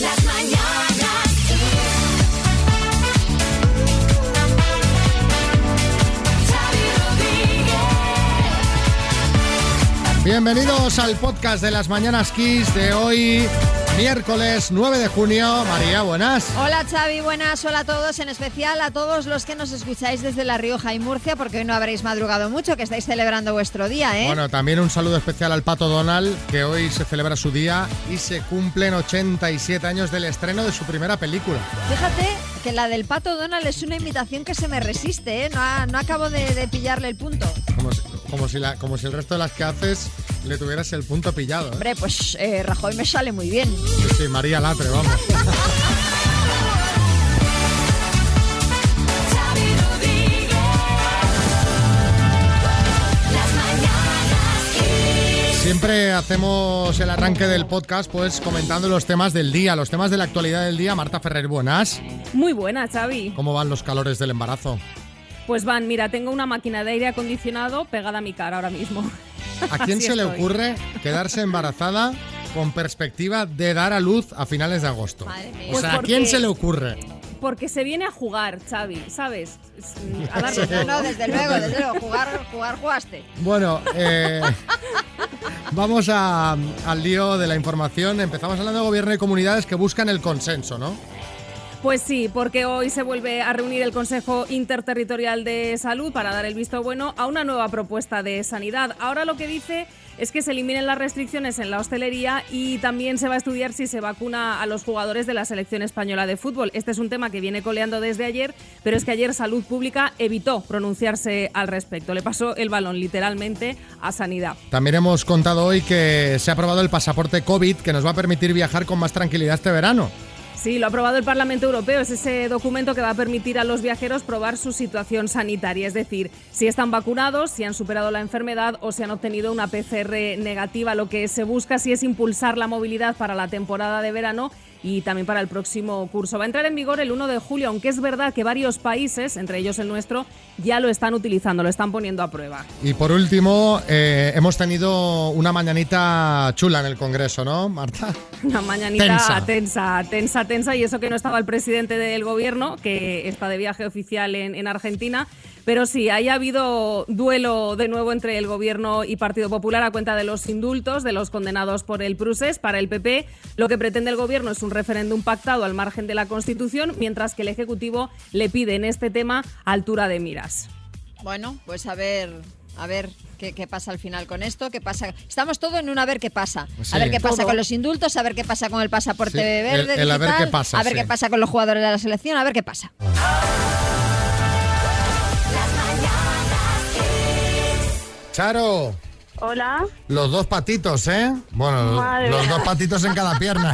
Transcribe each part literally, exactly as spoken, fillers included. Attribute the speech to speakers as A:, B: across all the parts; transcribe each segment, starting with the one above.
A: Las mañanas.
B: Bienvenidos al podcast de las Mañanas Kiss de hoy, miércoles nueve de junio. María, buenas.
C: Hola Xavi, buenas, hola a todos, en especial a todos los que nos escucháis desde La Rioja y Murcia, porque hoy no habréis madrugado mucho, que estáis celebrando vuestro día, ¿eh?
B: Bueno, también un saludo especial al Pato Donald, que hoy se celebra su día y se cumplen ochenta y siete años del estreno de su primera película.
C: Fíjate que la del Pato Donald es una imitación que se me resiste, ¿eh? No, ha, no acabo de, de pillarle el punto.
B: Como si, como, si la, como si el resto de las que haces le tuvieras el punto pillado, ¿eh?
C: Hombre, pues eh, Rajoy me sale muy bien.
B: Sí, sí, María Latre, vamos. Siempre hacemos el arranque del podcast pues comentando los temas del día, los temas de la actualidad del día. Marta Ferrer, buenas.
D: Muy buenas, Xavi.
B: ¿Cómo van los calores del embarazo?
D: Pues van, mira, tengo una máquina de aire acondicionado pegada a mi cara ahora mismo.
B: ¿A quién
D: Así
B: se le
D: estoy.
B: ocurre quedarse embarazada con perspectiva de dar a luz a finales de agosto?
C: Madre mía.
B: O
D: Pues
B: sea, ¿a
D: porque-
B: quién se le ocurre?
D: Porque se viene a jugar, Xavi, ¿sabes? A darlo
C: No,
D: todo.
C: no, desde luego, desde luego, jugar, jugar jugaste.
B: Bueno, eh, vamos a, al lío de la información. Empezamos hablando de gobierno y comunidades que buscan el consenso, ¿no?
D: Pues sí, porque hoy se vuelve a reunir el Consejo Interterritorial de Salud para dar el visto bueno a una nueva propuesta de sanidad. Ahora lo que dice es que se eliminen las restricciones en la hostelería y también se va a estudiar si se vacuna a los jugadores de la selección española de fútbol. Este es un tema que viene coleando desde ayer, pero es que ayer Salud Pública evitó pronunciarse al respecto. Le pasó el balón literalmente a Sanidad.
B: También hemos contado hoy que se ha aprobado el pasaporte COVID que nos va a permitir viajar con más tranquilidad este verano.
D: Sí, lo ha aprobado el Parlamento Europeo. Es ese documento que va a permitir a los viajeros probar su situación sanitaria, es decir, si están vacunados, si han superado la enfermedad o si han obtenido una P C R negativa. Lo que se busca sí es impulsar la movilidad para la temporada de verano y también para el próximo curso. Va a entrar en vigor el uno de julio, aunque es verdad que varios países, entre ellos el nuestro, ya lo están utilizando, lo están poniendo a prueba.
B: Y por último, eh, hemos tenido una mañanita chula en el Congreso, ¿no, Marta?
D: Una mañanita
B: Tensa.
D: tensa, tensa, tensa, y eso que no estaba el presidente del gobierno, que está de viaje oficial en, en Argentina. Pero sí, ahí ha habido duelo de nuevo entre el Gobierno y Partido Popular a cuenta de los indultos de los condenados por el Prusés. Para el P P, lo que pretende el Gobierno es un referéndum pactado al margen de la Constitución, mientras que el Ejecutivo le pide en este tema altura de miras.
C: Bueno, pues a ver, a ver qué, qué pasa al final con esto, qué pasa. Estamos todos en un a ver qué pasa.
B: Sí.
C: A ver qué pasa
D: Todo.
C: con los indultos, a ver qué pasa con el pasaporte
B: Sí,
C: verde
B: el- el a ver
C: digital,
B: qué pasa,
C: a ver
B: sí.
C: qué pasa con los jugadores de la selección, a ver qué pasa.
B: Charo,
E: Hola.
B: los dos patitos, ¿eh? Bueno,
E: Madre
B: los
E: mía.
B: dos patitos en cada pierna.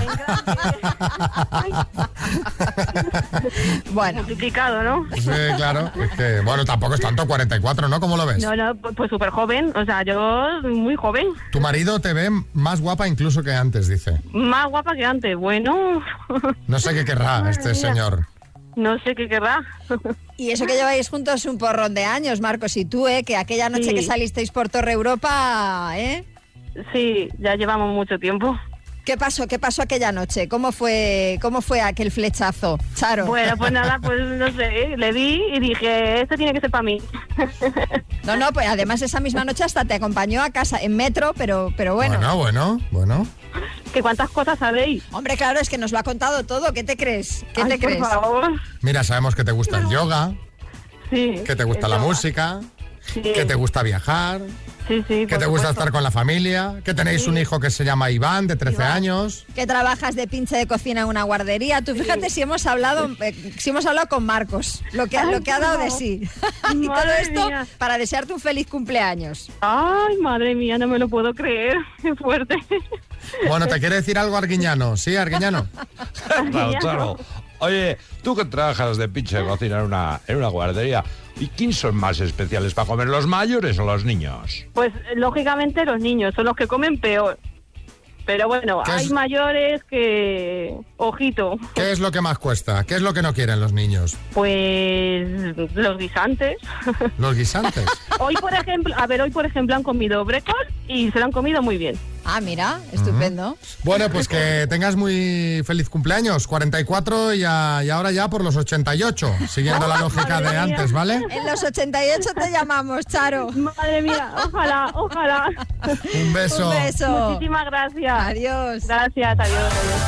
C: Bueno,
E: Multiplicado, ¿no?
B: Sí, claro. Es que, bueno, tampoco es tanto, cuarenta y cuatro, ¿no? ¿Cómo lo ves?
E: No, no, pues pues súper joven. O sea, yo muy joven.
B: Tu marido te ve más guapa incluso que antes, dice.
E: Más guapa que antes. Bueno,
B: No sé qué querrá
E: Madre
B: este
E: mía.
B: señor.
E: no sé qué querrá.
C: y eso que lleváis juntos un porrón de años, Marcos y tú, ¿eh? Que aquella noche
E: Sí.
C: que salisteis por Torre Europa, ¿eh?
E: Sí, ya llevamos mucho tiempo.
C: ¿Qué pasó? ¿Qué pasó aquella noche? ¿Cómo fue, cómo fue aquel flechazo, Charo?
E: Bueno, pues nada, pues no sé, le vi y dije, esto tiene que ser para mí.
C: No, no, pues además esa misma noche hasta te acompañó a casa en metro, pero, pero bueno.
B: Bueno, bueno, bueno.
E: ¿Que cuántas cosas sabéis?
C: Hombre, claro, es que nos lo ha contado todo. ¿Qué te crees? ¿Qué
E: Ay,
C: te
E: por
C: crees?
E: favor.
B: Mira, sabemos que te gusta el yoga,
E: Sí.
B: que te gusta la
E: eso.
B: música,
E: Sí.
B: que te gusta viajar,
E: Sí, sí.
B: que
E: por
B: te gusta
E: supuesto.
B: estar con la familia, que tenéis un hijo que se llama Iván, de trece
E: Iván.
B: años.
C: Que trabajas de pinche de cocina en una guardería. Tú fíjate si hemos hablado, eh, si hemos hablado con Marcos, lo que,
E: Ay,
C: lo que ha dado de
E: no.
C: sí. y todo
E: Madre
C: esto
E: mía.
C: para desearte un feliz cumpleaños.
E: Ay, madre mía, no me lo puedo creer. Qué fuerte.
B: Bueno, ¿te quiere decir algo Arguiñano? ¿Sí, Arguiñano?
F: Claro, claro. Oye, tú que trabajas de pinche de cocina en una, en una guardería, ¿y quién son más especiales para comer, los mayores o los niños?
E: Pues lógicamente los niños son los que comen peor. Pero bueno,
B: ¿Qué
E: hay
B: es?
E: mayores que... Ojito.
B: ¿Qué es lo que más cuesta? ¿Qué es lo que no quieren los niños?
E: Pues los guisantes.
B: Los guisantes.
E: Hoy, por ejemplo, a ver, hoy por ejemplo han comido brécol y se lo han comido muy bien.
C: Ah, mira, estupendo.
B: Uh-huh. Bueno, pues que tengas muy feliz cumpleaños, cuarenta y cuatro y, a, y ahora ya por los ochenta y ocho, siguiendo la lógica de antes, ¿vale?
C: En los ochenta y ocho te llamamos, Charo.
E: Madre mía, ojalá, ojalá.
B: Un beso.
C: Un beso.
E: Muchísimas gracias.
C: Adiós.
E: Gracias, adiós, adiós.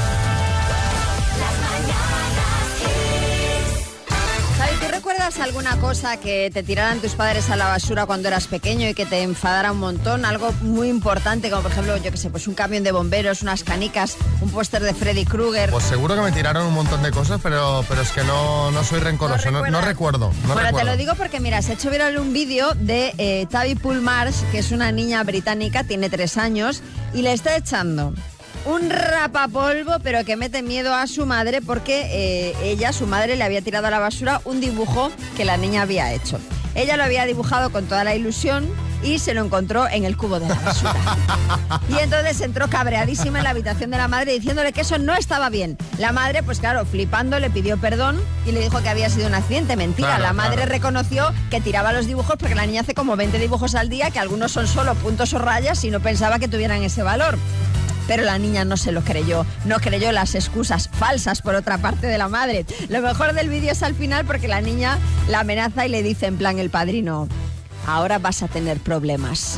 C: Xavi, ¿tú recuerdas alguna cosa que te tiraran tus padres a la basura cuando eras pequeño y que te enfadara un montón? Algo muy importante, como por ejemplo, yo qué sé, pues un camión de bomberos, unas canicas, un póster de Freddy Krueger.
B: Pues seguro que me tiraron un montón de cosas, pero, pero es que no, no soy rencoroso, no, no, no recuerdo. No
C: bueno,
B: recuerdo.
C: Te lo digo porque, mira, se ha hecho viral un vídeo de eh, Tabby Pullmars, que es una niña británica, tiene tres años, y le está echando un rapapolvo, pero que mete miedo a su madre porque eh, ella, su madre, le había tirado a la basura un dibujo que la niña había hecho. Ella lo había dibujado con toda la ilusión y se lo encontró en el cubo de la basura. Y entonces entró cabreadísima en la habitación de la madre diciéndole que eso no estaba bien. La madre, pues claro, flipando, le pidió perdón y le dijo que había sido un accidente. Mentira,
B: claro,
C: la madre
B: claro.
C: reconoció que tiraba los dibujos porque la niña hace como veinte dibujos al día, que algunos son solo puntos o rayas y no pensaba que tuvieran ese valor. Pero la niña no se lo creyó, no creyó las excusas falsas por otra parte de la madre. Lo mejor del vídeo es al final porque la niña la amenaza y le dice en plan el padrino: ahora vas a tener problemas.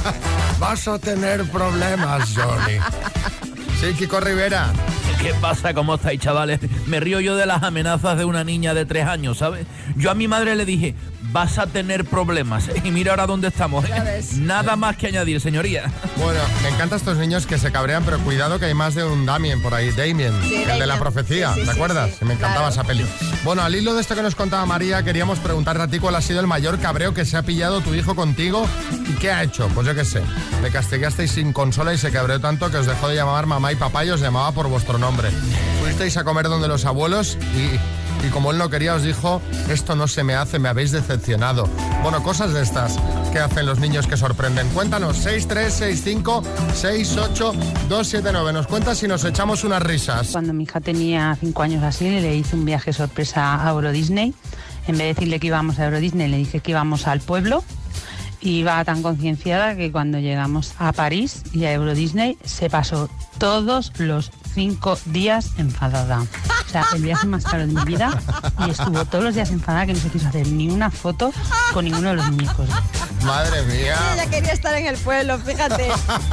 B: Vas a tener problemas, Johnny. Sí, Kiko Rivera.
A: ¿Qué pasa? ¿Cómo estáis, chavales? Me río yo de las amenazas de una niña de tres años, ¿sabes? Yo a mi madre le dije, vas a tener problemas. Y mira ahora dónde estamos, ¿eh? Nada más que añadir, señoría.
B: Bueno, me encantan estos niños que se cabrean, pero cuidado que hay más de un Damien por ahí. Damien,
C: Sí,
B: el
C: Damien.
B: de la profecía,
C: Sí, sí,
B: ¿te
C: sí,
B: acuerdas?
C: sí,
B: Me encantaba
C: claro.
B: esa peli. Bueno, al hilo de esto que nos contaba María, queríamos preguntarte a ti cuál ha sido el mayor cabreo que se ha pillado tu hijo contigo y qué ha hecho. Pues yo qué sé, le castigasteis sin consola y se cabreó tanto que os dejó de llamar mamá y papá y os llamaba por vuestro nombre. Fuisteis a comer donde los abuelos y, y como él no quería os dijo, esto no se me hace, me habéis decepcionado. Bueno, cosas de estas que hacen los niños que sorprenden. Cuéntanos, seis tres seis cinco seis ocho dos siete nueve. Nos cuentas si nos echamos unas risas.
G: Cuando mi hija tenía cinco años así, le hice un viaje sorpresa a Euro Disney. En vez de decirle que íbamos a Euro Disney, le dije que íbamos al pueblo. Y iba tan concienciada que cuando llegamos a París y a Euro Disney, se pasó todos los cinco días enfadada. O sea, el viaje más caro de mi vida, y estuvo todos los días enfadada que no se quiso hacer ni una foto con ninguno de los muñecos.
B: Madre mía.
C: Ella quería estar en el pueblo, fíjate.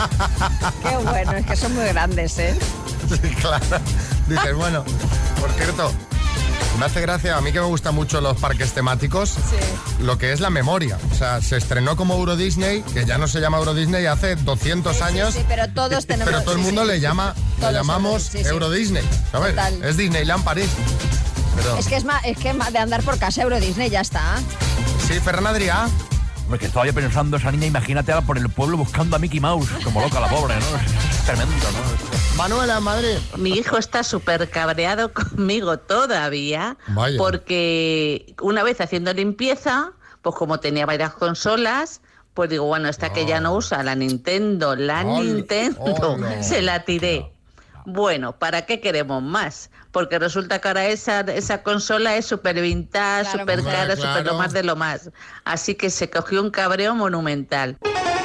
C: Qué bueno, es que son muy grandes, ¿eh?
B: Sí, claro. Dices, bueno, por cierto, me hace gracia, a mí que me gustan mucho los parques temáticos,
C: Sí.
B: lo que es la memoria. O sea, se estrenó como Euro Disney, que ya no se llama Euro Disney hace doscientos
C: Sí, sí,
B: años.
C: sí, pero todos tenemos...
B: Pero todo el
C: sí,
B: mundo
C: sí.
B: le llama,
C: Todos
B: le llamamos
C: sí, sí.
B: Euro Disney, ¿sabes?
C: Total.
B: Es Disneyland París. Pero,
C: Es que es, más, es que de andar por casa Euro Disney ya está.
B: sí, Ferran Adrià.
A: Hombre, que estaba yo pensando esa niña, imagínate ahora por el pueblo buscando a Mickey Mouse, como loca la pobre, ¿no? Es tremendo, ¿no?
B: Manuela, en Madrid.
H: Mi hijo está súper cabreado conmigo todavía,
B: Vaya.
H: porque una vez haciendo limpieza, pues como tenía varias consolas, pues digo, bueno, esta que ya no usa, la Nintendo, la
B: Hola,
H: Nintendo,
B: hola.
H: se la tiré. Bueno, ¿para qué queremos más? Porque resulta que ahora esa, esa consola es súper vintage,
C: Claro,
H: súper
B: hombre,
H: cara,
B: claro.
H: súper lo más de lo más. Así que se cogió un cabreo monumental.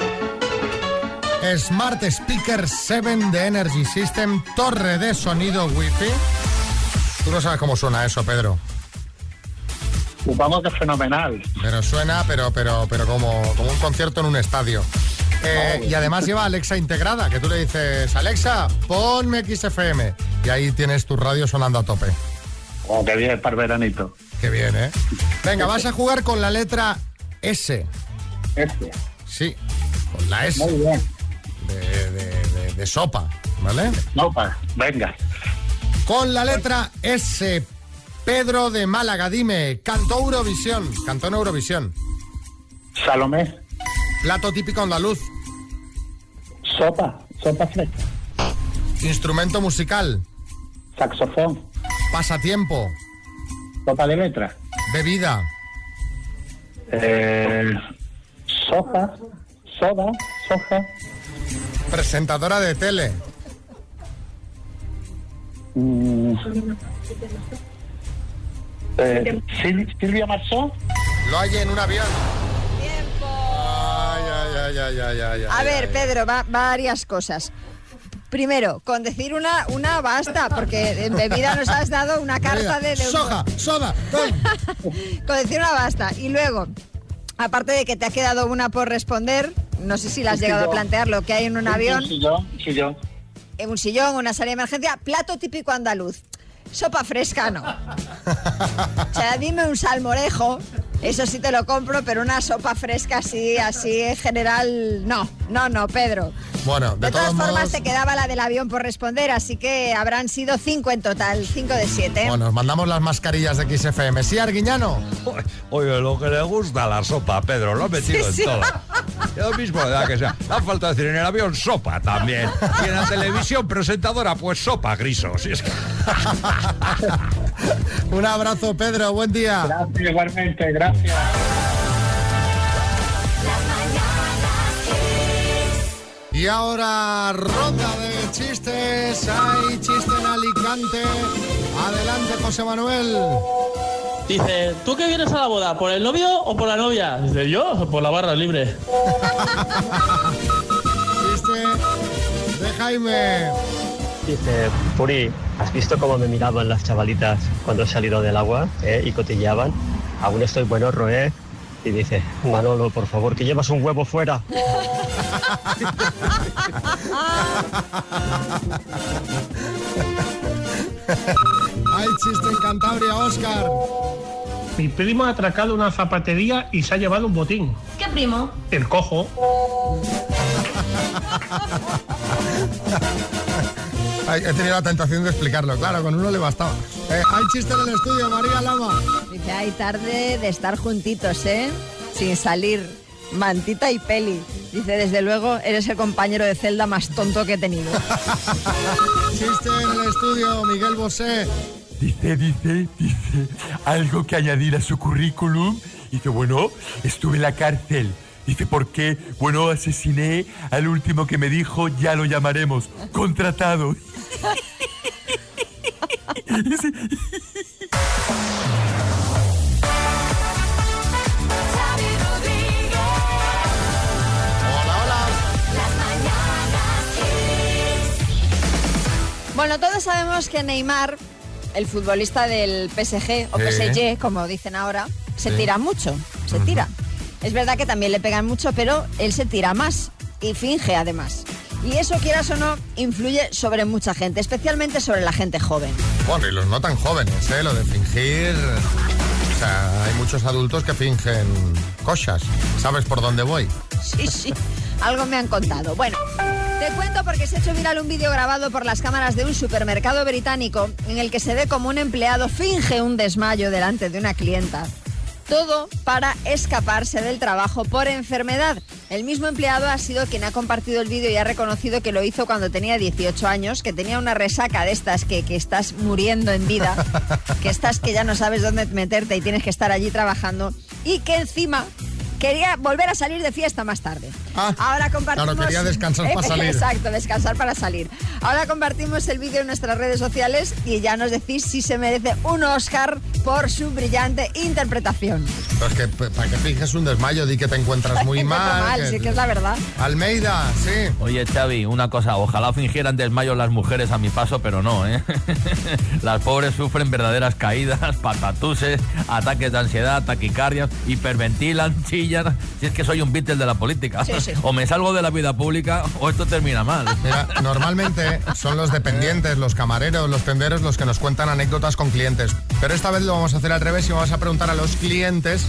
B: Smart Speaker siete de Energy System, torre de sonido Wi-Fi. Tú no sabes cómo suena eso, Pedro.
I: Supongo que es fenomenal.
B: Pero suena, pero, pero, pero como, como un concierto en un estadio. Eh, y además lleva Alexa integrada, que tú le dices, Alexa, ponme X F M. Y ahí tienes tu radio sonando a tope.
I: Oh, qué bien, para el veranito.
B: Qué bien, ¿eh? Venga, vas a jugar con la letra S.
I: Este.
B: Sí, con la S.
I: Muy bien.
B: De, de, de, de sopa, ¿vale?
I: No, pa, venga.
B: Con la letra S. Pedro de Málaga, dime, cantó Eurovisión. Cantó en Eurovisión.
I: Salomé.
B: Plato típico andaluz.
I: Sopa. Sopa fresca.
B: Instrumento musical.
I: Saxofón.
B: Pasatiempo.
I: Sopa de letra.
B: Bebida.
I: Eh, soja. Soda. Soja.
B: Presentadora de tele.
I: Mm. Eh, Sil- Silvia Marsó.
B: Lo hay en un avión. Tiempo. Ay, ay, ay, ay, ay, ay,
C: A
B: ay,
C: ver,
B: ay.
C: Pedro, va, varias cosas. Primero, con decir una, una basta, porque en bebida nos has dado una carta de... de
B: Soja, soda, ven.
C: Con decir una basta. Y luego, aparte de que te ha quedado una por responder, no sé si la has llegado a plantear, lo que hay en un avión,
I: Un sillón, sillón.
C: en un sillón, una sala de emergencia, plato típico andaluz. Sopa fresca no. O sea, dime un salmorejo, eso sí te lo compro, pero una sopa fresca así, así en general, no, no, no, Pedro.
B: Bueno, de,
C: De todas
B: todos
C: formas
B: modos,
C: te quedaba la del avión por responder, así que habrán sido cinco en total, cinco de siete.
B: bueno, nos mandamos las mascarillas de X F M. ¿Sí, Arguiñano?
F: Oye, lo que le gusta a la sopa, Pedro, lo ha metido
C: Sí,
F: en
C: sí.
F: todo. Lo mismo da que sea. Da falta decir en el avión sopa también. Y en la televisión presentadora, pues sopa, Griso. Si es que...
B: Un abrazo, Pedro, buen día.
I: Gracias, igualmente, gracias.
B: Y ahora, ronda de chistes. Hay chiste en Alicante. Adelante, José Manuel.
J: Dice, ¿tú qué vienes a la boda? ¿Por el novio o por la novia? Dice, yo, por la barra libre.
B: Chiste de Jaime.
K: Dice, Puri, ¿has visto cómo me miraban las chavalitas cuando he salido del agua eh, y cotillaban? Aún estoy buenorro, ¿eh? Y dice, Manolo, por favor, que llevas un huevo fuera.
B: Hay chiste en Cantabria, Óscar.
L: Mi primo ha atracado una zapatería y se ha llevado un botín.
M: ¿Qué primo?
L: El cojo.
B: Ay, he tenido la tentación de explicarlo, claro, con uno le bastaba. Eh, hay chiste en el estudio, María Lama.
C: Dice, hay tarde de estar juntitos, ¿eh? Sin salir, mantita y peli. Dice, desde luego, eres el compañero de celda más tonto que he tenido.
B: Chiste en el estudio, Miguel Bosé.
N: Dice, dice, dice, algo que añadir a su currículum. Dice, bueno, estuve en la cárcel. Dice, ¿por qué? Bueno, asesiné al último que me dijo, ya lo llamaremos, contratado.
C: Bueno, todos sabemos que Neymar, el futbolista del P S G, o
B: Sí.
C: P S G, como dicen ahora, se
B: Sí.
C: tira mucho, se tira. Es verdad que también le pegan mucho, pero él se tira más y finge además. Y eso, quieras o no, influye sobre mucha gente, especialmente sobre la gente joven.
B: Bueno, y los no tan jóvenes, ¿eh? Lo de fingir... O sea, hay muchos adultos que fingen cosas. ¿Sabes por dónde voy?
C: Sí, sí, algo me han contado. Bueno, te cuento porque se ha hecho viral un vídeo grabado por las cámaras de un supermercado británico en el que se ve como un empleado finge un desmayo delante de una clienta. Todo para escaparse del trabajo por enfermedad. El mismo empleado ha sido quien ha compartido el vídeo y ha reconocido que lo hizo cuando tenía dieciocho años, que tenía una resaca de estas que, que estás muriendo en vida, que estás que ya no sabes dónde meterte y tienes que estar allí trabajando, y que encima quería volver a salir de fiesta más tarde.
B: Ah,
C: Ahora compartimos...
B: claro, quería descansar para salir.
C: Exacto, descansar para salir. Ahora compartimos el vídeo en nuestras redes sociales y ya nos decís si se merece un Oscar por su brillante interpretación.
B: Pues que para que finges un desmayo, di que te encuentras muy
C: Me encuentro
B: mal.
C: mal, sí que es la verdad.
B: Almeida, sí.
A: Oye, Xavi, una cosa, ojalá fingieran desmayos las mujeres a mi paso, pero no, ¿eh? Las pobres sufren verdaderas caídas, patatuses, ataques de ansiedad, taquicardias, hiperventilan, chillan. Si es que soy un Beatle de la política.
C: Sí, sí.
A: O me salgo de la vida pública o esto termina mal.
B: Mira, normalmente son los dependientes, los camareros, los tenderos los que nos cuentan anécdotas con clientes. Pero esta vez lo vamos a hacer al revés y vamos a preguntar a los clientes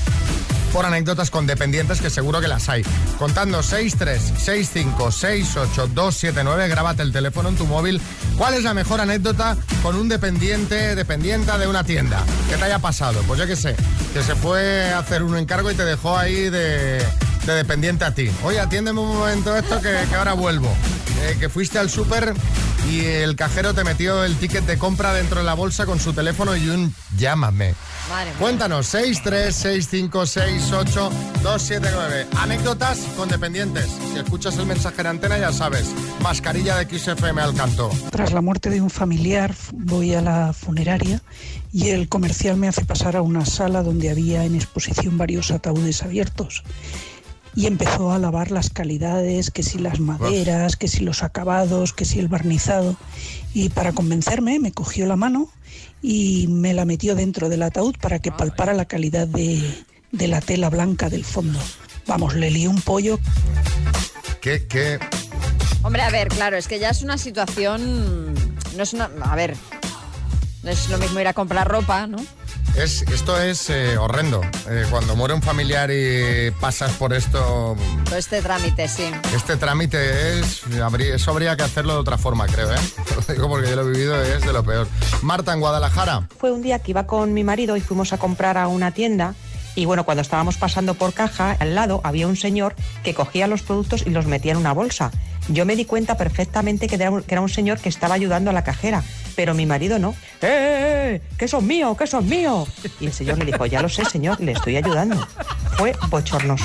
B: por anécdotas con dependientes, que seguro que las hay. Contando seis tres seis cinco seis ocho dos siete nueve, grábate el teléfono en tu móvil. ¿Cuál es la mejor anécdota con un dependiente, dependienta de una tienda? ¿Qué te haya pasado? Pues yo qué sé, que se fue a hacer un encargo y te dejó ahí de, de dependiente a ti. Oye, atiéndeme un momento esto que, que ahora vuelvo. Eh, que fuiste al súper y el cajero te metió el ticket de compra dentro de la bolsa con su teléfono y un llámame.
C: Madre mía.
B: Cuéntanos, seis tres seis cinco seis ocho dos siete nueve. Anécdotas con dependientes. Si escuchas el mensaje de antena ya sabes. Mascarilla de X F M al canto.
O: Tras la muerte de un familiar voy a la funeraria y el comercial me hace pasar a una sala donde había en exposición varios ataúdes abiertos. y empezó a alabar las calidades, que si las maderas, que si los acabados, que si el barnizado. Y para convencerme me cogió la mano y me la metió dentro del ataúd para que palpara la calidad de, de la tela blanca del fondo. Vamos, le lié un pollo.
B: ¿Qué, qué?
C: Hombre, a ver, claro, es que ya es una situación... No es una... A ver, no es lo mismo ir a comprar ropa, ¿no?
B: Es, esto es eh, horrendo. Eh, cuando muere un familiar y pasas por esto...
C: Todo este trámite, sí.
B: Este trámite es... Habría, eso habría que hacerlo de otra forma, creo, ¿eh? Lo digo porque yo lo he vivido y es de lo peor. Marta, en Guadalajara.
M: Fue un día que iba con mi marido y fuimos a comprar a una tienda. Y bueno, cuando estábamos pasando por caja, al lado había un señor que cogía los productos y los metía en una bolsa. Yo me di cuenta perfectamente que era un, que era un señor que estaba ayudando a la cajera, pero mi marido no. ¡Eh, eh, eh! ¡Que son míos, que son míos! Y el señor le dijo, ya lo sé, señor, le estoy ayudando. Fue bochornoso.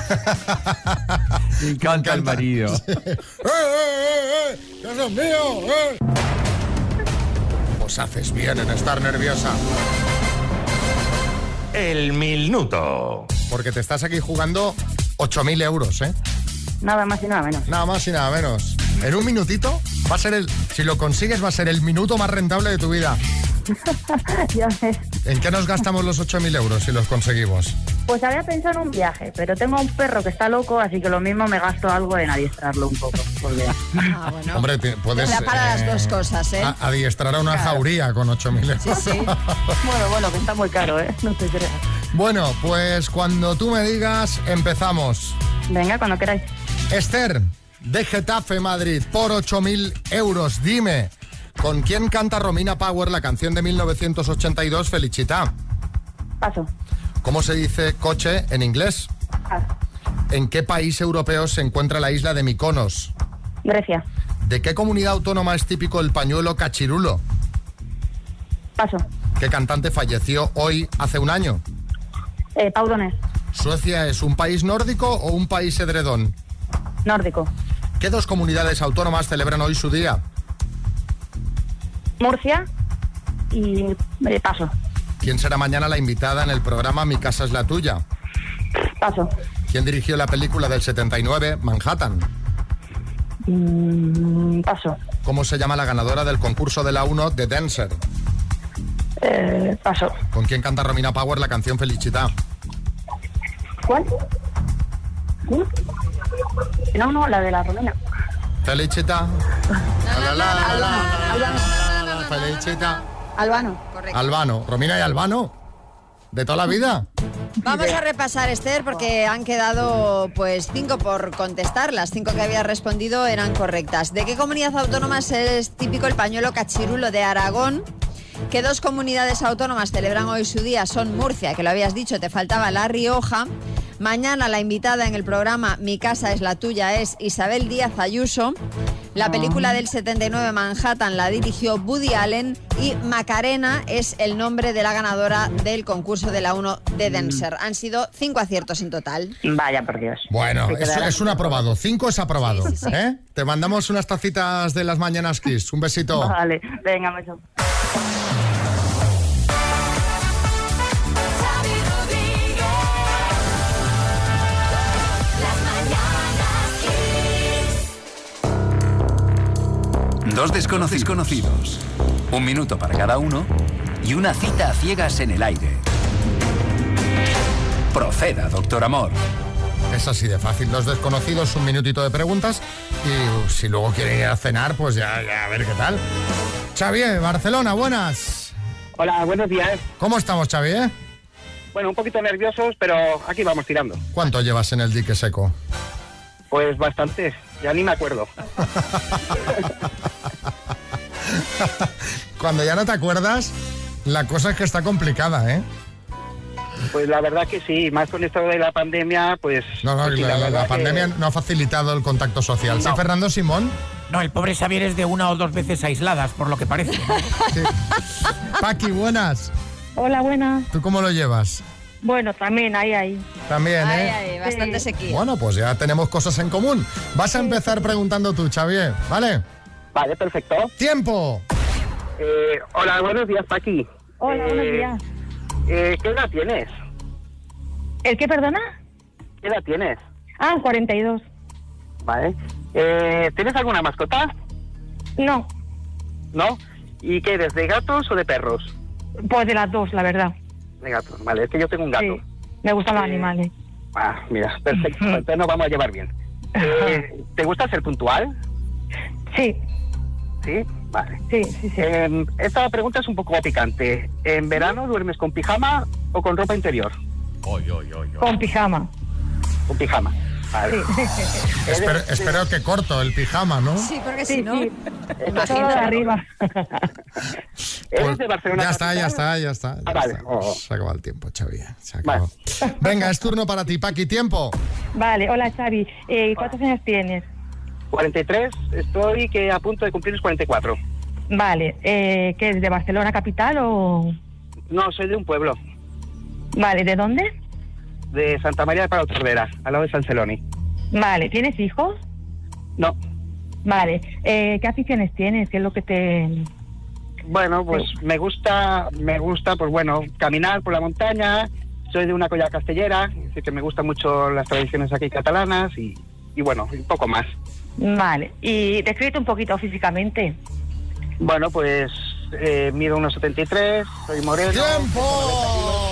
N: Me encanta el marido.
B: ¡Eh, eh, eh, eh! ¡Que son míos! Eh! Pues haces bien en estar nerviosa.
P: El minuto.
B: Porque te estás aquí jugando ocho mil euros, ¿eh?
Q: Nada más y nada menos.
B: Nada más y nada menos. En un minutito va a ser el... Si lo consigues va a ser el minuto más rentable de tu vida.
Q: Ya ves.
B: ¿En qué nos gastamos los ocho mil euros si los conseguimos?
Q: Pues había pensado en un viaje, pero tengo un perro que está loco, así que lo mismo me gasto algo en adiestrarlo un poco. Porque...
C: Ah, bueno.
B: Hombre, te, puedes...
C: Da para
B: eh,
C: las dos cosas, ¿eh?
B: A, adiestrar a una
Q: Claro.
B: jauría con ocho mil euros.
C: Sí, sí.
Q: Bueno, bueno, que está muy caro, ¿eh? No te creas.
B: Bueno, pues cuando tú me digas, empezamos.
Q: Venga, cuando queráis.
B: Esther, de Getafe, Madrid, por ocho mil euros. Dime, ¿con quién canta Romina Power la canción de mil novecientos ochenta y dos, Felicità?
Q: Paso.
B: ¿Cómo se dice coche en inglés?
Q: Paso.
B: ¿En qué país europeo se encuentra la isla de Mykonos?
Q: Grecia.
B: ¿De qué comunidad autónoma es típico el pañuelo cachirulo?
Q: Paso.
B: ¿Qué cantante falleció hoy hace un año?
Q: Eh, Pau Donés.
B: ¿Suecia es un país nórdico o un país edredón?
Q: Nórdico.
B: ¿Qué dos comunidades autónomas celebran hoy su día?
Q: Murcia y eh, paso.
B: ¿Quién será mañana la invitada en el programa Mi casa es la tuya?
Q: Paso.
B: ¿Quién dirigió la película del setenta y nueve, Manhattan?
Q: Mm, paso.
B: ¿Cómo se llama la ganadora del concurso de la uno de Dancer?
Q: Eh, paso.
B: ¿Con quién canta Romina Power la canción Felicità?
Q: ¿Cuál? ¿Sí? No, no, la de la Romina.
B: Felicità. La, la, la, la, la,
Q: Albano.
B: la, la, Felicità.
Q: Albano.
C: Correcto.
B: Albano. ¿Romina y Albano? ¿De toda la vida?
C: Vamos a repasar, Esther, porque han quedado pues cinco por contestar. Las cinco que habías respondido eran correctas. ¿De qué comunidad autónoma es típico el pañuelo cachirulo? De Aragón. ¿Qué dos comunidades autónomas celebran hoy su día? Son Murcia, que lo habías dicho, te faltaba La Rioja. Mañana la invitada en el programa Mi casa es la tuya es Isabel Díaz Ayuso. La película del setenta y nueve, Manhattan, la dirigió Woody Allen. Y Macarena es el nombre de la ganadora del concurso de la uno de Dancer. Han sido cinco aciertos en total.
Q: Vaya, por Dios.
B: Bueno, es, es un aprobado. Cinco es aprobado.
C: Sí, sí, sí.
B: ¿Eh? Te mandamos unas tacitas de las mañanas Kiss. Un besito.
Q: Vale, venga, beso.
R: Dos desconocidos conocidos, un minuto para cada uno y una cita a ciegas en el aire. Proceda, doctor Amor.
B: Es así de fácil. Dos desconocidos, un minutito de preguntas y uh, si luego quieren ir a cenar, pues ya, ya a ver qué tal. Xavier, Barcelona, buenas.
I: Hola, buenos días.
B: ¿Cómo estamos, Xavier?
I: Bueno, un poquito nerviosos, pero aquí vamos tirando.
B: ¿Cuánto llevas en el dique seco?
I: Pues bastantes, ya ni me acuerdo.
B: Cuando ya no te acuerdas, la cosa es que está complicada, ¿eh?
I: Pues la verdad que sí, más con esto de la pandemia, pues...
B: No, no,
I: pues sí,
B: la, la, la
I: que...
B: pandemia no ha facilitado el contacto social. ¿Sí,
S: No.
B: Fernando Simón?
S: No, el pobre Xavier es de una o dos veces aisladas, por lo que parece.
B: Sí. Paqui, buenas.
Q: Hola, buenas.
B: ¿Tú cómo lo llevas?
Q: Bueno, también, ahí, ahí.
B: También,
C: Ay,
B: ¿eh?
C: ay, bastante sequía.
B: Bueno, pues ya tenemos cosas en común. Vas a empezar preguntando tú, Xavier, ¿vale?
I: Vale, perfecto.
B: ¡Tiempo!
I: Eh, hola, buenos días, Paqui.
Q: Hola,
I: Eh,
Q: buenos días.
I: Eh, ¿Qué edad tienes?
Q: ¿El qué, perdona?
I: ¿Qué edad tienes?
Q: Ah, cuarenta y dos.
I: Vale. Eh, ¿Tienes alguna mascota?
Q: No.
I: ¿No? ¿Y qué eres, de gatos o de perros?
Q: Pues de las dos, la verdad.
I: De gatos, vale. Es que yo tengo un gato.
Q: Sí. Me gustan los
I: Eh,
Q: animales.
I: Ah, mira, perfecto. Entonces nos vamos a llevar bien. Eh, ¿Te gusta ser puntual?
Q: Sí.
I: ¿Sí? Vale.
Q: Sí, sí, sí.
I: Eh, esta pregunta es un poco picante. ¿En verano duermes con pijama o con ropa interior?
A: Oy, oy, oy, oy.
Q: Con pijama.
I: Con pijama. Vale.
B: Espero, espero que corto el pijama, ¿no?
C: Sí, porque
Q: Sí,
C: si no...
Q: sí.
C: Imagínate.
Q: Todo de arriba.
I: ¿Eres de Barcelona?
B: Ya está,
I: capital?
B: ya está, ya está. ya
I: Ah, vale.
B: está.
I: Oh.
B: Se acabó el tiempo, Xavi. Se acabó. Venga, es turno para ti, Paqui. Tiempo.
Q: Vale, hola Xavi. Eh, ¿Cuántos años tienes?
I: cuarenta y tres, estoy que a punto de cumplir los cuarenta y cuatro.
Q: Vale, eh, ¿qué es de Barcelona capital o...?
I: No, soy de un pueblo,
Q: Vale, ¿de dónde?
I: de Santa María de Palo Tordera, al lado de San Celoni.
Q: Vale, ¿tienes hijos?
I: No,
Q: Vale, eh, ¿qué aficiones tienes? ¿Qué es lo que te...?
I: bueno, pues me gusta, me gusta, pues bueno, caminar por la montaña, soy de una colla castellera, así que me gustan mucho las tradiciones aquí catalanas y, y bueno, un poco más.
Q: Vale, y descríbete un poquito físicamente.
I: Bueno, pues eh, mido unos setenta y tres, soy moreno.
B: ¡Tiempo!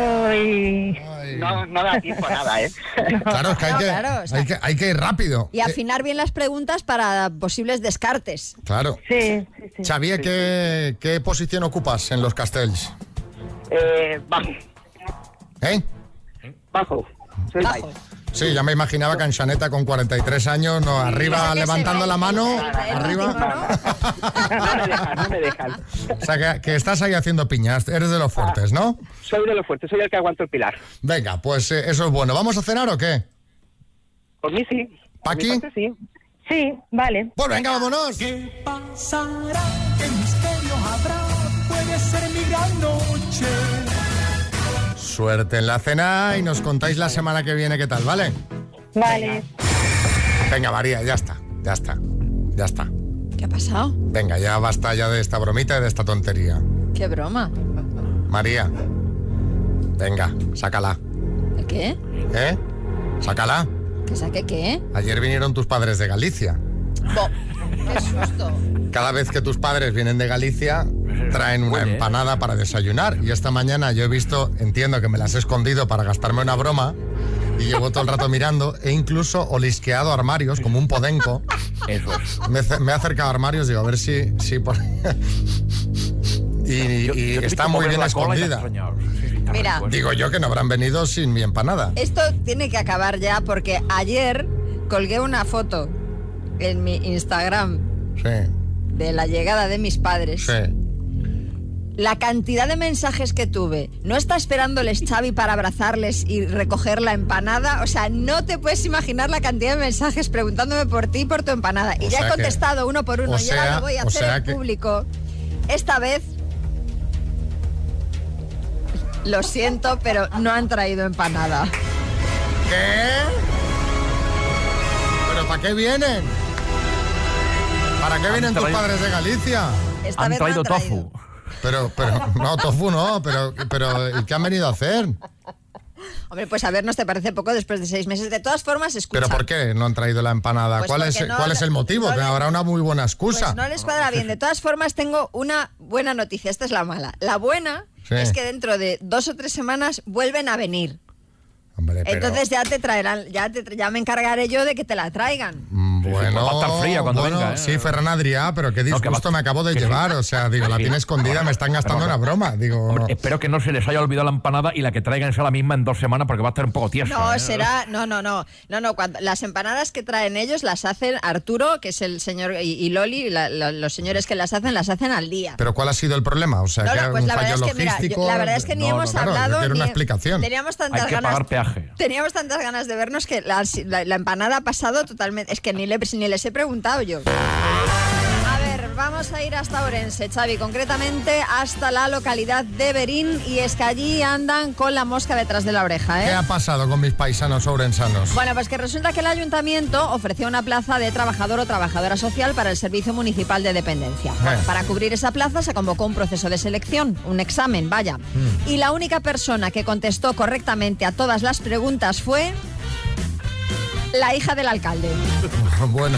Q: Ay.
I: No, no da tiempo a nada, ¿eh?
B: Claro, es que hay,
C: No,
B: que,
C: claro, o sea-
B: hay, que, hay que ir rápido.
C: Y afinar bien las preguntas para posibles descartes.
B: Claro.
Q: Sí, sí, sí.
B: Xavier, ¿qué, ¿qué posición ocupas en los castells?
I: Eh, bajo,
B: ¿Eh?
I: bajo, soy
C: Bajo.
B: Sí, ya me imaginaba que en Xaneta con cuarenta y tres años, no, arriba
C: Ese que se
B: levantando
C: ve,
B: la mano,
C: el- el
B: arriba.
C: último, ¿no?
I: No me dejan, no me dejan.
B: O sea, que, que estás ahí haciendo piñas, eres de los fuertes, ¿no?
I: Soy de los fuertes, soy el que aguanto el pilar.
B: Venga, pues eh, eso es bueno. ¿Vamos a cenar o qué?
I: Por mí sí. Por
B: ¿Paqui?
I: mi parte, sí.
Q: Sí, vale.
B: Pues venga, vámonos.
T: ¿Qué pasará? ¿Qué misterio habrá? Puede ser mi gran noche.
B: Suerte en la cena y nos contáis la semana que viene qué tal, ¿vale?
Q: Vale.
B: Venga, María, ya está, ya está, ya está.
C: ¿Qué ha pasado?
B: Venga, ya basta ya de esta bromita y de esta tontería.
C: ¿Qué broma?
B: María, venga, sácala.
C: ¿El qué?
B: ¿Eh? Sácala.
C: ¿Que saque qué?
B: Ayer vinieron tus padres de Galicia.
C: Bo. ¡Qué susto!
B: Cada vez que tus padres vienen de Galicia, traen una
A: Huele, ¿eh?
B: empanada para desayunar. Y esta mañana yo he visto, entiendo que me las he escondido para gastarme una broma, y llevo todo el rato mirando, e incluso olisqueado armarios, como un podenco.
A: Eso es.
B: Me, he- me he acercado a armarios, digo, a ver si... si por... y y
A: Yo- yo te he
B: está
A: visto
B: muy
A: mover
B: bien
A: la cola y te has
B: escondida.
A: extrañado. Sí, sí, está
C: Mira.
A: bien, pues.
B: Digo yo que no habrán venido sin mi empanada.
C: Esto tiene que acabar ya porque ayer colgué una foto en mi Instagram
B: Sí,
C: de la llegada de mis padres.
B: sí.
C: La cantidad de mensajes que tuve. No está esperándoles Xavi para abrazarles y recoger la empanada. O sea, no te puedes imaginar la cantidad de mensajes preguntándome por ti y por tu empanada. Y
B: O
C: ya
B: sea
C: he
B: que-
C: contestado uno por uno.
B: o
C: Y ahora
B: sea-
C: lo voy a
B: o
C: hacer
B: sea
C: en
B: que-
C: público. Esta vez... Lo siento, pero no han traído empanada.
B: ¿Qué? ¿Pero para qué vienen? ¿Para qué vienen tus
A: traído-
B: padres de Galicia?
C: Esta
A: Han
C: vez no
A: traído
C: han traído.
A: tofu.
B: Pero, pero, no, tofu no, pero, pero, ¿y qué han venido a hacer?
C: Hombre, pues a ver, ¿nos te parece poco después de seis meses? De todas formas, escucha.
B: ¿Pero por qué no han traído la empanada?
C: Pues
B: ¿Cuál, es,
C: porque no-
B: ¿Cuál es el motivo?
C: no
B: Que
C: le-
B: habrá una muy buena excusa.
C: Pues no les cuadra bien. De todas formas, tengo una buena noticia. Esta es la mala. La buena
B: Sí.
C: es que dentro de dos o tres semanas vuelven a venir.
B: Hombre, pero-
C: Entonces ya te traerán, ya, te, ya me encargaré yo de que te la traigan.
B: Mm, Bueno,
A: va a estar fría cuando
B: bueno,
A: venga, ¿eh?
B: sí, Ferran Adrià, pero qué
A: No, que
B: disgusto
A: va-
B: me acabo de
A: que sí.
B: llevar. O sea, digo, la
A: Sí.
B: tiene escondida, me están gastando
A: Pero-
B: una broma. Digo,
A: Hombre, espero que no se les haya olvidado la empanada y la que traigan sea la misma en dos semanas porque va a estar un poco tiesa.
C: No,
A: ¿eh?
C: será, no, no, no, no, no. Cuando, las empanadas que traen ellos las hacen Arturo, que es el señor, y, y Loli, la- la- los señores que las hacen, las hacen al día.
B: ¿pero cuál ha sido el problema? O sea,
C: No,
B: que
C: no,
B: hay
C: pues
B: un
C: la verdad
B: fallo
C: es que, mira, yo-
B: logístico.
C: la verdad es que ni
B: No, no,
C: hemos
B: claro, yo
C: hablado.
B: quiero
C: ni-
B: una explicación.
C: Teníamos tantas
A: Hay que
C: ganas.
A: pagar peaje.
C: Teníamos tantas ganas de vernos que la, la- la empanada ha pasado totalmente. Es que ni, le- ni les he preguntado yo. A ver, vamos a ir hasta Orense, Xavi, concretamente hasta la localidad de Berín, y es que allí andan con la mosca detrás de la oreja, ¿eh?
B: ¿Qué ha pasado con mis paisanos ourensanos?
C: Bueno, pues que resulta que el ayuntamiento ofreció una plaza de trabajador o trabajadora social para el Servicio Municipal de Dependencia. Bueno,
B: Eh.
C: para cubrir esa plaza se convocó un proceso de selección, un examen, vaya.
B: Mm.
C: Y la única persona que contestó correctamente a todas las preguntas fue... la hija del alcalde.
B: Bueno,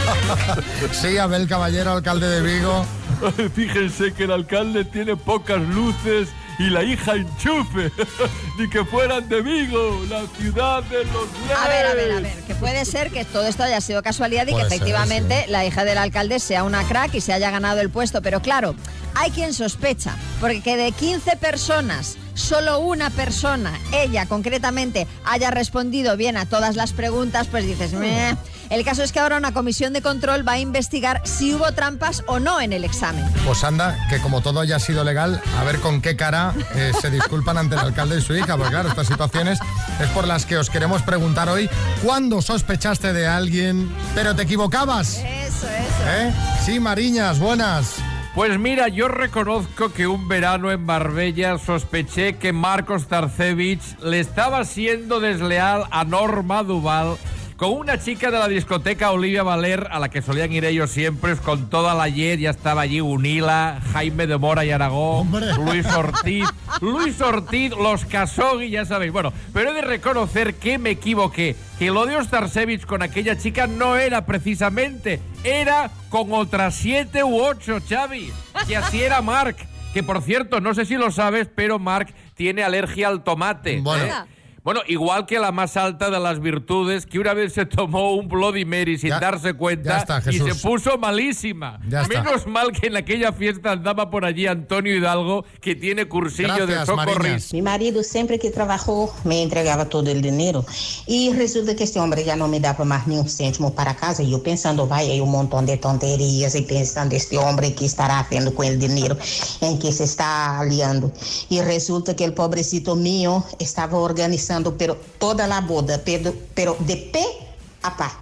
B: sí, Abel Caballero, alcalde de Vigo.
N: Fíjense que el alcalde tiene pocas luces y la hija enchufe. Ni que fueran de Vigo, la ciudad de los reyes.
C: A ver, a ver, a ver, que puede ser que todo esto haya sido casualidad y
B: Puede
C: que
B: ser,
C: efectivamente
B: sí.
C: la hija del alcalde sea una crack y se haya ganado el puesto, pero claro, hay quien sospecha, porque que de quince personas, solo una persona, ella concretamente, haya respondido bien a todas las preguntas, pues dices, meh. El caso es que ahora una comisión de control va a investigar si hubo trampas o no en el examen.
B: Pues anda, que como todo haya sido legal, a ver con qué cara eh, se disculpan ante el alcalde y su hija, porque claro, estas situaciones es por las que os queremos preguntar hoy, ¿cuándo sospechaste de alguien, pero te equivocabas?
C: Eso, eso.
B: ¿Eh? Sí, Mariñas, buenas.
U: Pues mira, yo reconozco que un verano en Marbella sospeché que Marcos Tarcevich le estaba siendo desleal a Norma Duval con una chica de la discoteca Olivia Valer, a la que solían ir ellos siempre, con toda la ayer, ya estaba allí Unila, Jaime de Mora y Aragón, ¡hombre! Luis Ortiz, Luis Ortiz, los Casogui, ya sabéis. Bueno, pero he de reconocer que me equivoqué, que lo de Starcevich con aquella chica no era precisamente, era con otras siete u ocho, Xavi, que así era Marc, que por cierto, no sé si lo sabes, pero Marc tiene alergia al tomate.
B: Bueno.
U: ¿eh? Bueno, igual que la más alta de las virtudes, que una vez se tomó un Bloody Mary sin
B: Ya,
U: darse cuenta
B: está,
U: y se
B: Jesús.
U: puso malísima.
B: Ya está.
U: Menos mal que en aquella fiesta andaba por allí Antonio Hidalgo, que tiene cursillo
B: Gracias,
U: de socorris.
V: Mi marido siempre que trabajó me entregaba todo el dinero y resulta que este hombre ya no me daba más ni un céntimo para casa y yo pensando, vaya, hay un montón de tonterías y pensando, este hombre que estará haciendo con el dinero, en que se está aliando. Y resulta que el pobrecito mío estaba organizando pero toda la boda, pero, pero de pe a pa.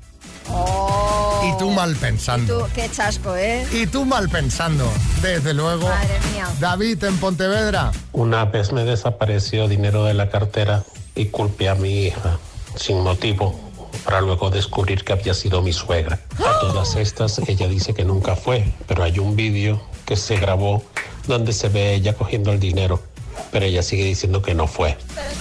C: Oh.
B: Y tú mal pensando.
C: Y tú, qué chasco, ¿eh?
B: Y tú mal pensando, desde luego.
C: Madre mía.
B: David, en Pontevedra.
W: Una vez me desapareció dinero de la cartera y culpé a mi hija sin motivo para luego descubrir que había sido mi suegra. A todas estas ella dice que nunca fue, pero hay un vídeo que se grabó donde se ve ella cogiendo el dinero, pero ella sigue diciendo que no fue.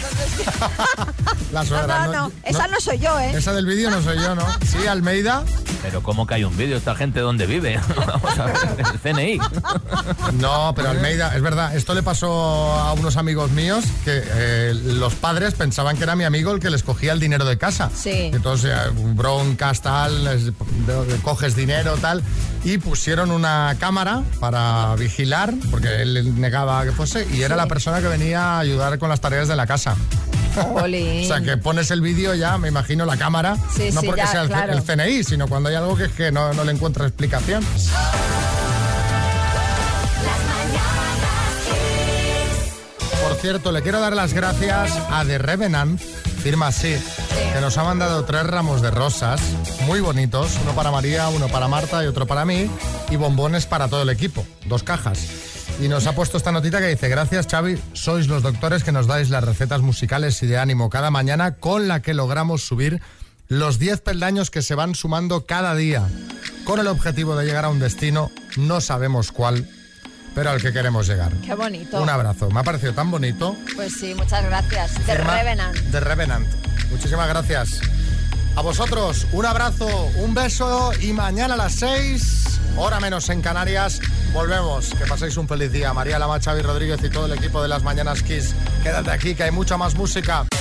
B: La suegra,
C: no, no, no, esa no soy yo, ¿eh?
B: Esa del vídeo no soy yo, ¿no? Sí, Almeida.
A: Pero ¿cómo que hay un vídeo? ¿Esta gente dónde vive? Vamos a ver, el C N I.
B: No, pero Almeida, es verdad, esto le pasó a unos amigos míos que eh, los padres pensaban que era mi amigo el que les cogía el dinero de casa.
C: Sí.
B: Entonces, eh, broncas, tal, les- de- coges dinero, tal, y pusieron una cámara para vigilar, porque él negaba que fuese, y era
C: Sí.
B: la persona que venía a ayudar con las tareas de la casa.
C: Jolín.
B: O sea, que pones el vídeo ya, me imagino, la cámara,
C: Sí,
B: no
C: sí,
B: porque
C: ya,
B: sea el, C-
C: claro.
B: el C N I, sino cuando hay algo que es que no, no le encuentra explicación. Por cierto, le quiero dar las gracias a The Revenant, firma así, que nos ha mandado tres ramos de rosas muy bonitos, uno para María, uno para Marta y otro para mí, y bombones para todo el equipo, dos cajas. Y nos ha puesto esta notita que dice: gracias, Xavi, sois los doctores que nos dais las recetas musicales y de ánimo cada mañana, con la que logramos subir los diez peldaños que se van sumando cada día, con el objetivo de llegar a un destino, no sabemos cuál, pero al que queremos llegar.
C: Qué bonito.
B: Un abrazo, me ha parecido tan bonito.
C: Pues sí, muchas gracias. The
B: Firma
C: Revenant.
B: The Revenant. Muchísimas gracias. A vosotros, un abrazo, un beso y mañana a las seis, hora menos en Canarias, volvemos. Que paséis un feliz día. María Lama, Xavi Rodríguez y todo el equipo de Las Mañanas Kiss. Quédate aquí que hay mucha más música.